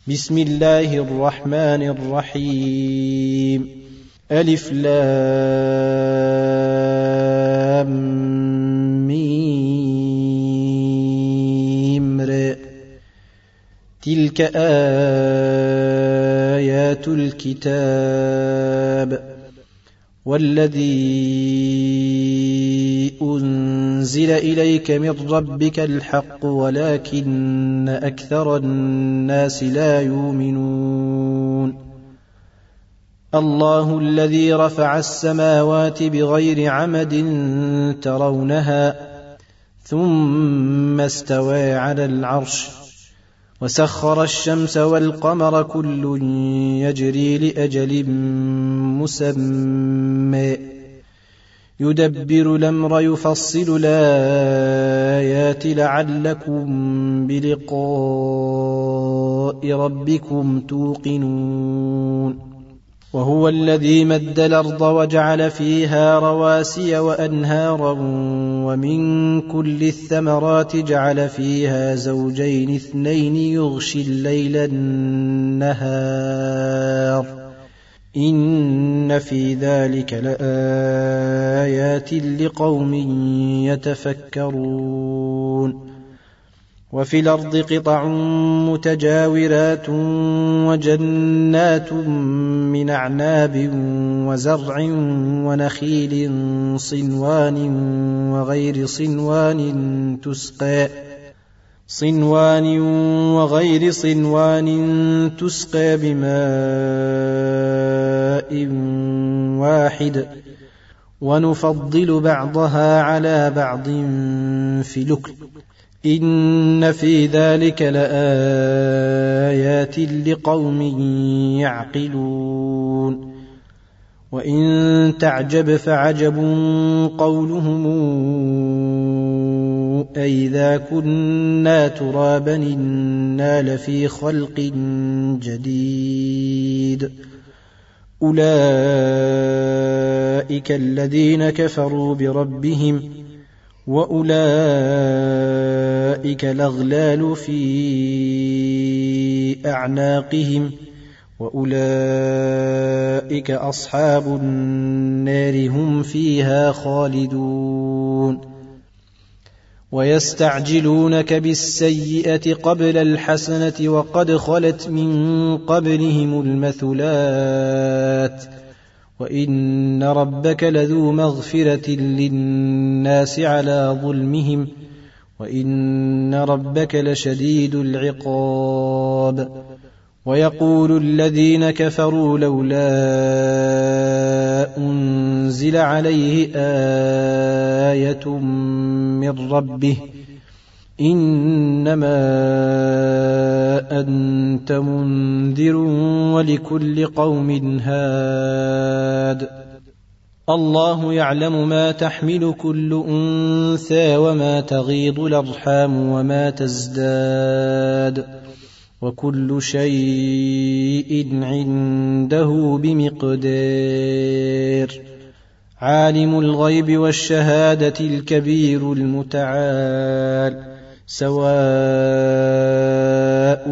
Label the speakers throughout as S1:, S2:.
S1: بسم الله الرحمن الرحيم ألف لام ميم ر تلك آيات الكتاب والذي أنزل إليك من ربك الحق ولكن أكثر الناس لا يؤمنون الله الذي رفع السماوات بغير عمد ترونها ثم استوى على العرش وسخر الشمس والقمر كل يجري لأجل مسمى يدبر الأمر يفصل الآيات لعلكم بلقاء ربكم توقنون وهو الذي مد الأرض وجعل فيها رواسي وأنهارا ومن كل الثمرات جعل فيها زوجين اثنين يغشي الليل النهار إن في ذلك لآيات لقوم يتفكرون وفي الأرض قطع متجاورات وجنات من أعناب وزرع ونخيل صنوان وغير صنوان تسقى بماء واحد ونفضل بعضها على بعض في الأكل إن في ذلك لآيات لقوم يعقلون وإن تعجب فعجب قولهم أئذا كنا ترابا إنا لفي خلق جديد أولئك الذين كفروا بربهم وأولئك الأغلال في أعناقهم وأولئك أصحاب النار هم فيها خالدون ويستعجلونك بالسيئة قبل الحسنة وقد خلت من قبلهم المثلات وإن ربك لذو مغفرة للناس على ظلمهم وإن ربك لشديد العقاب ويقول الذين كفروا لولا أنزل عليه آية من ربه إنما أنت منذر ولكل قوم هاد الله يعلم ما تحمل كل أنثى وما تغيض الأرحام وما تزداد وكل شيء عنده بمقدار عالم الغيب والشهادة الكبير المتعال سواء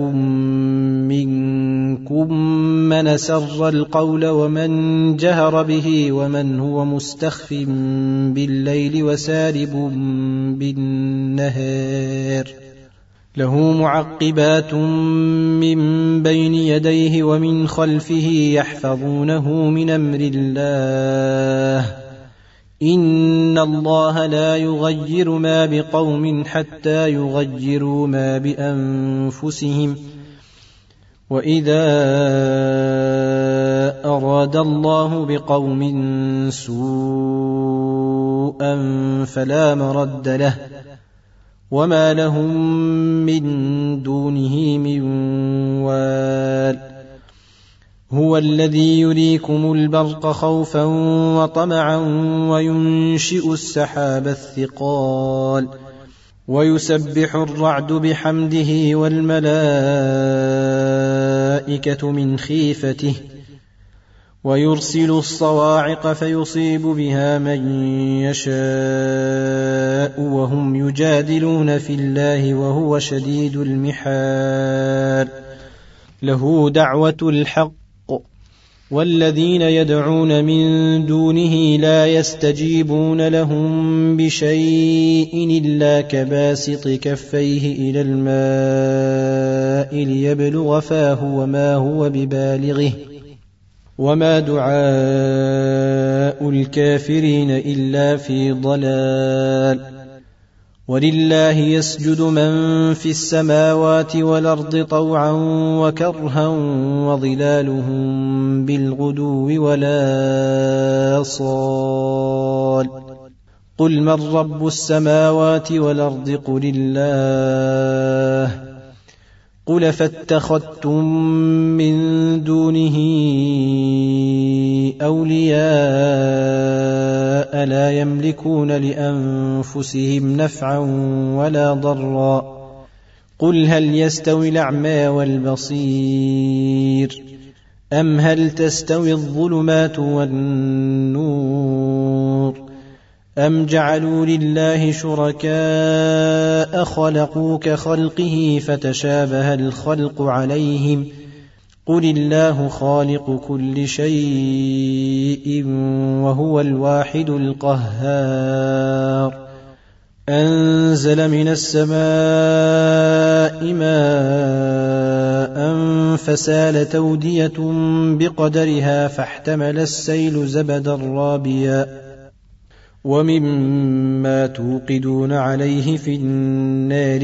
S1: منكم من سر القول ومن جهر به ومن هو مستخف بالليل وسارب بالنهار له معقبات من بين يديه ومن خلفه يحفظونه من أمر الله إن الله لا يغير ما بقوم حتى يغيروا ما بأنفسهم وإذا أراد الله بقوم سوءا فلا مرد له وما لهم من دونه من وال هو الذي يريكم البرق خوفا وطمعا وينشئ السحاب الثقال ويسبح الرعد بحمده والملائكة من خيفته ويرسل الصواعق فيصيب بها من يشاء وهم يجادلون في الله وهو شديد المحال له دعوة الحق والذين يدعون من دونه لا يستجيبون لهم بشيء إلا كباسط كفيه إلى الماء ليبلغ فاه وما هو ببالغه وما دعاء الكافرين إلا في ضلال ولله يسجد من في السماوات والأرض طوعا وكرها وظلالهم بالغدو ولا صال قل من رب السماوات والأرض قل الله قل فاتخذتم من دونه أولياء لا يملكون لأنفسهم نفعا ولا ضرا قل هل يستوي الأعمى والبصير أم هل تستوي الظلمات والنور أم جعلوا لله شركاء خلقوا كخلقه فتشابه الخلق عليهم قل الله خالق كل شيء وهو الواحد القهار أنزل من السماء ماء فسالت أودية بقدرها فاحتمل السيل زبدا رابيا ومما توقدون عليه في النار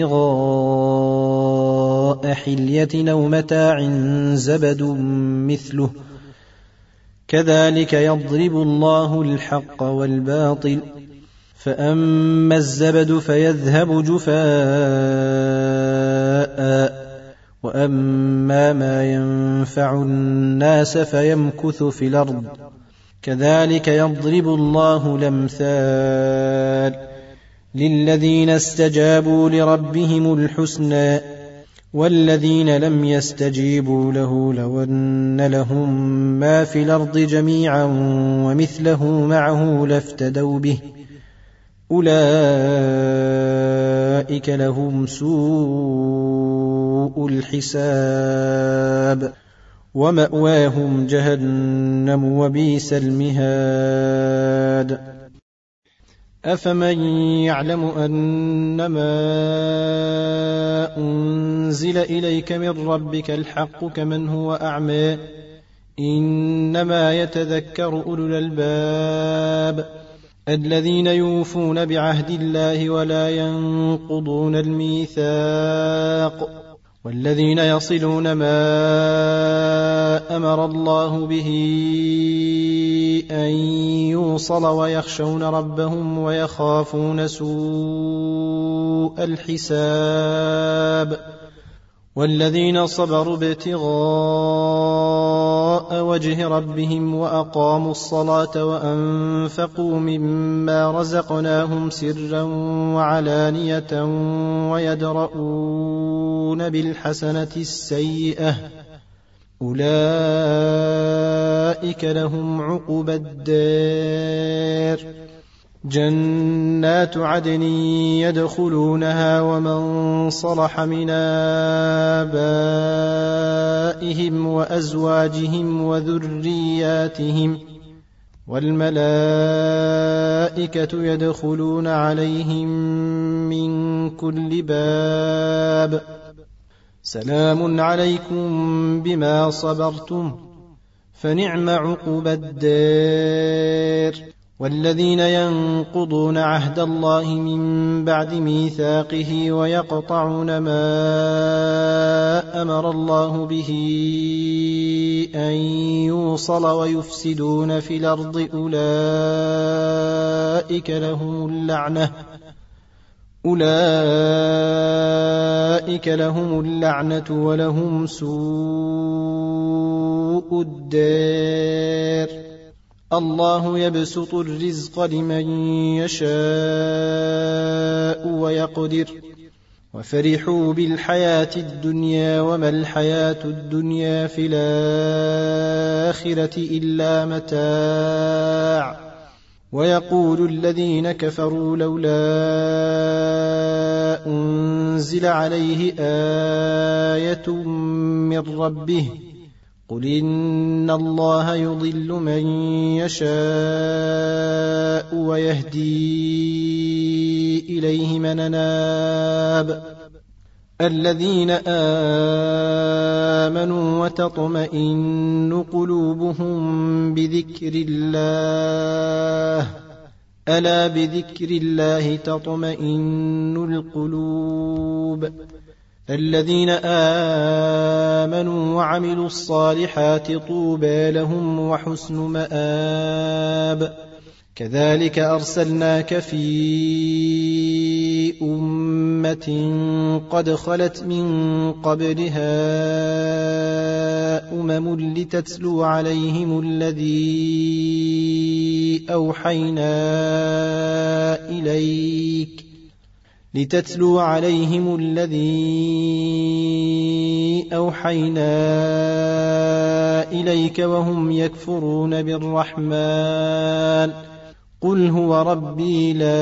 S1: ابتغاء حلية أو متاع زبد مثله كذلك يضرب الله الحق والباطل فأما الزبد فيذهب جفاء وأما ما ينفع الناس فيمكث في الأرض كذلك يضرب الله الأمثال للذين استجابوا لربهم الحسنى والذين لم يستجيبوا له لو أن لهم ما في الأرض جميعا ومثله معه لافتدوا به أولئك لهم سوء الحساب ومأواهم جهنم وبئس المهاد أفمن يعلم أنما أنزل إليك من ربك الحق كمن هو أعمى إنما يتذكر أولو الألباب الذين يوفون بعهد الله ولا ينقضون الميثاق والذين يصلون ما أمر الله به أن يوصل ويخشون ربهم ويخافون سوء الحساب والذين صبروا ابتغاء وجه ربهم وأقاموا الصلاة وأنفقوا مما رزقناهم سرا وعلانية ويدرؤون بالحسنة السيئة أولئك لهم عقبى الدار جنات عدن يدخلونها ومن صلح من آبائهم وأزواجهم وذرياتهم والملائكة يدخلون عليهم من كل باب سلام عليكم بما صبرتم فنعم عقبى الدار والذين ينقضون عهد الله من بعد ميثاقه ويقطعون ما أمر الله به أن يوصل ويفسدون في الأرض أولئك لهم اللعنة ولهم سوء الدار الله يبسط الرزق لمن يشاء ويقدر وفرحوا بالحياة الدنيا وما الحياة الدنيا في الآخرة إلا متاع ويقول الذين كفروا لولا أنزل عليه آية من ربه قل إن الله يضل من يشاء ويهدي إليه من أناب الذين آمنوا وتطمئن قلوبهم بذكر الله ألا بذكر الله تطمئن القلوب الذين آمنوا وعملوا الصالحات طوبى لهم وحسن مآب كذلك أرسلناك في أمة قد خلت من قبلها لتتلو عليهم الذي أوحينا إليك وهم يكفرون بالرحمن قل هو ربي لا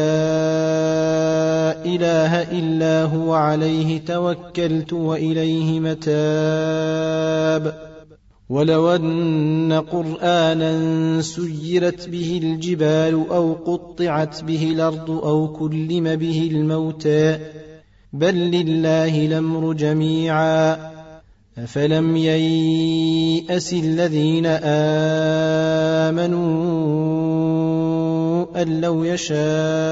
S1: إله إلا هو عليه توكلت وإليه متاب ولو أن قرآنا سيرت به الجبال أو قطعت به الأرض أو كلم به الموتى بل لله الأمر جميعا أفلم ييأس الذين آمنوا أن لو يشاء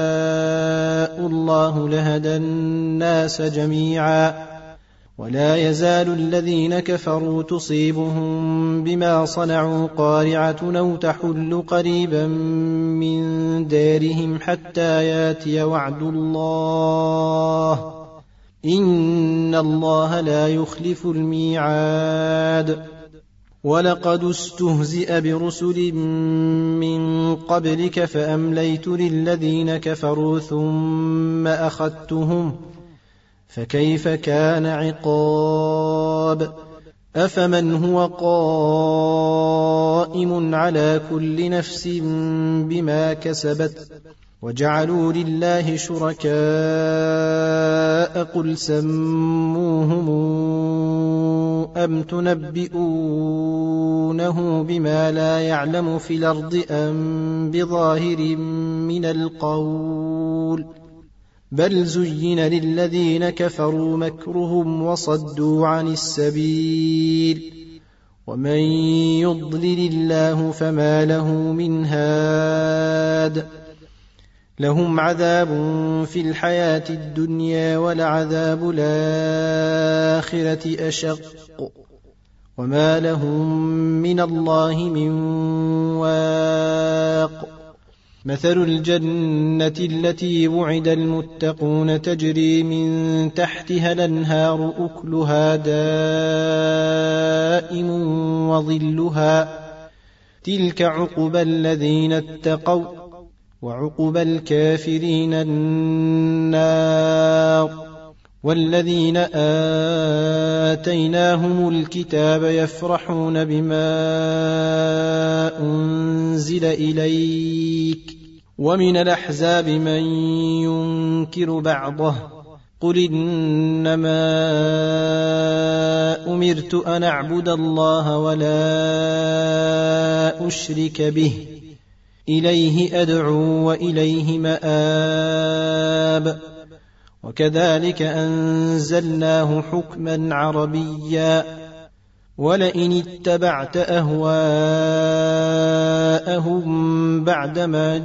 S1: الله لهدى الناس جميعا ولا يزال الذين كفروا تصيبهم بما صنعوا قارعة أو تحل قريبا من دارهم حتى ياتي وعد الله إن الله لا يخلف الميعاد ولقد استهزئ برسل من قبلك فأمليت للذين كفروا ثم أخذتهم فكيف كان عقاب أفمن هو قائم على كل نفس بما كسبت وجعلوا لله شركاء قل سموهم أم تنبئونه بما لا يعلم في الأرض أم بظاهر من القول بل زين للذين كفروا مكرهم وصدوا عن السبيل ومن يضلل الله فما له من هاد لهم عذاب في الحياة الدنيا ولعذاب الآخرة أشق وما لهم من الله من واق مثل الجنة التي وعد المتقون تجري من تحتها الأنهار أكلها دائم وظلها تلك عقبى الذين اتقوا وعقبى الكافرين النار والذين آتيناهم الكتاب يفرحون بما أنزل إليك ومن الأحزاب من ينكر بعضه قل إنما أمرت أن أعبد الله ولا أشرك به إليه أدعو وإليه مآب وكذلك أنزلناه حكما عربيا ولئن اتبعت أهواءهم بعدما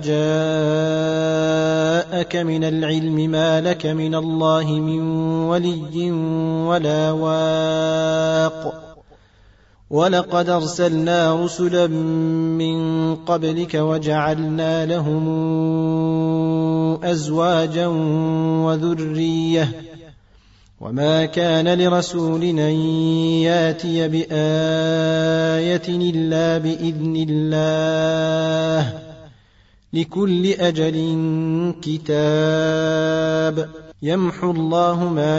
S1: جاءك من العلم ما لك من الله من ولي ولا واق ولقد أرسلنا رسلا من قبلك وجعلنا لهم أزواجا وذرية وما كان لرسول أن ياتي بآية إلا بإذن الله لكل أجل كتاب يمحو الله ما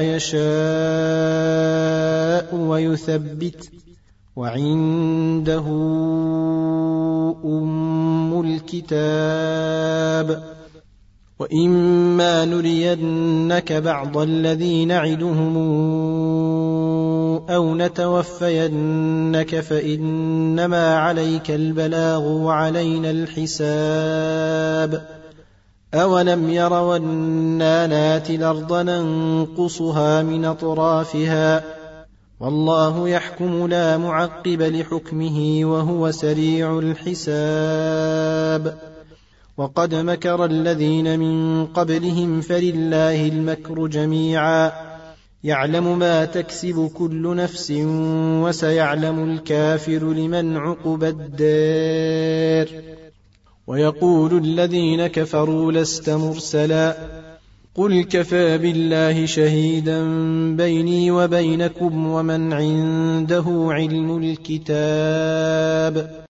S1: يشاء ويثبت وعنده أم الكتاب وإما نرينك بعض الذي نعدهم أو نتوفينك فإنما عليك البلاغ وعلينا الحساب أولم يروا أنا ناتي الأرض ننقصها من أطرافها والله يحكم لا معقب لحكمه وهو سريع الحساب وقد مكر الذين من قبلهم فلله المكر جميعا يعلم ما تكسب كل نفس وسيعلم الكافر لمن عقبى الدار ويقول الذين كفروا لست مرسلا قل كفى بالله شهيدا بيني وبينكم ومن عنده علم الكتاب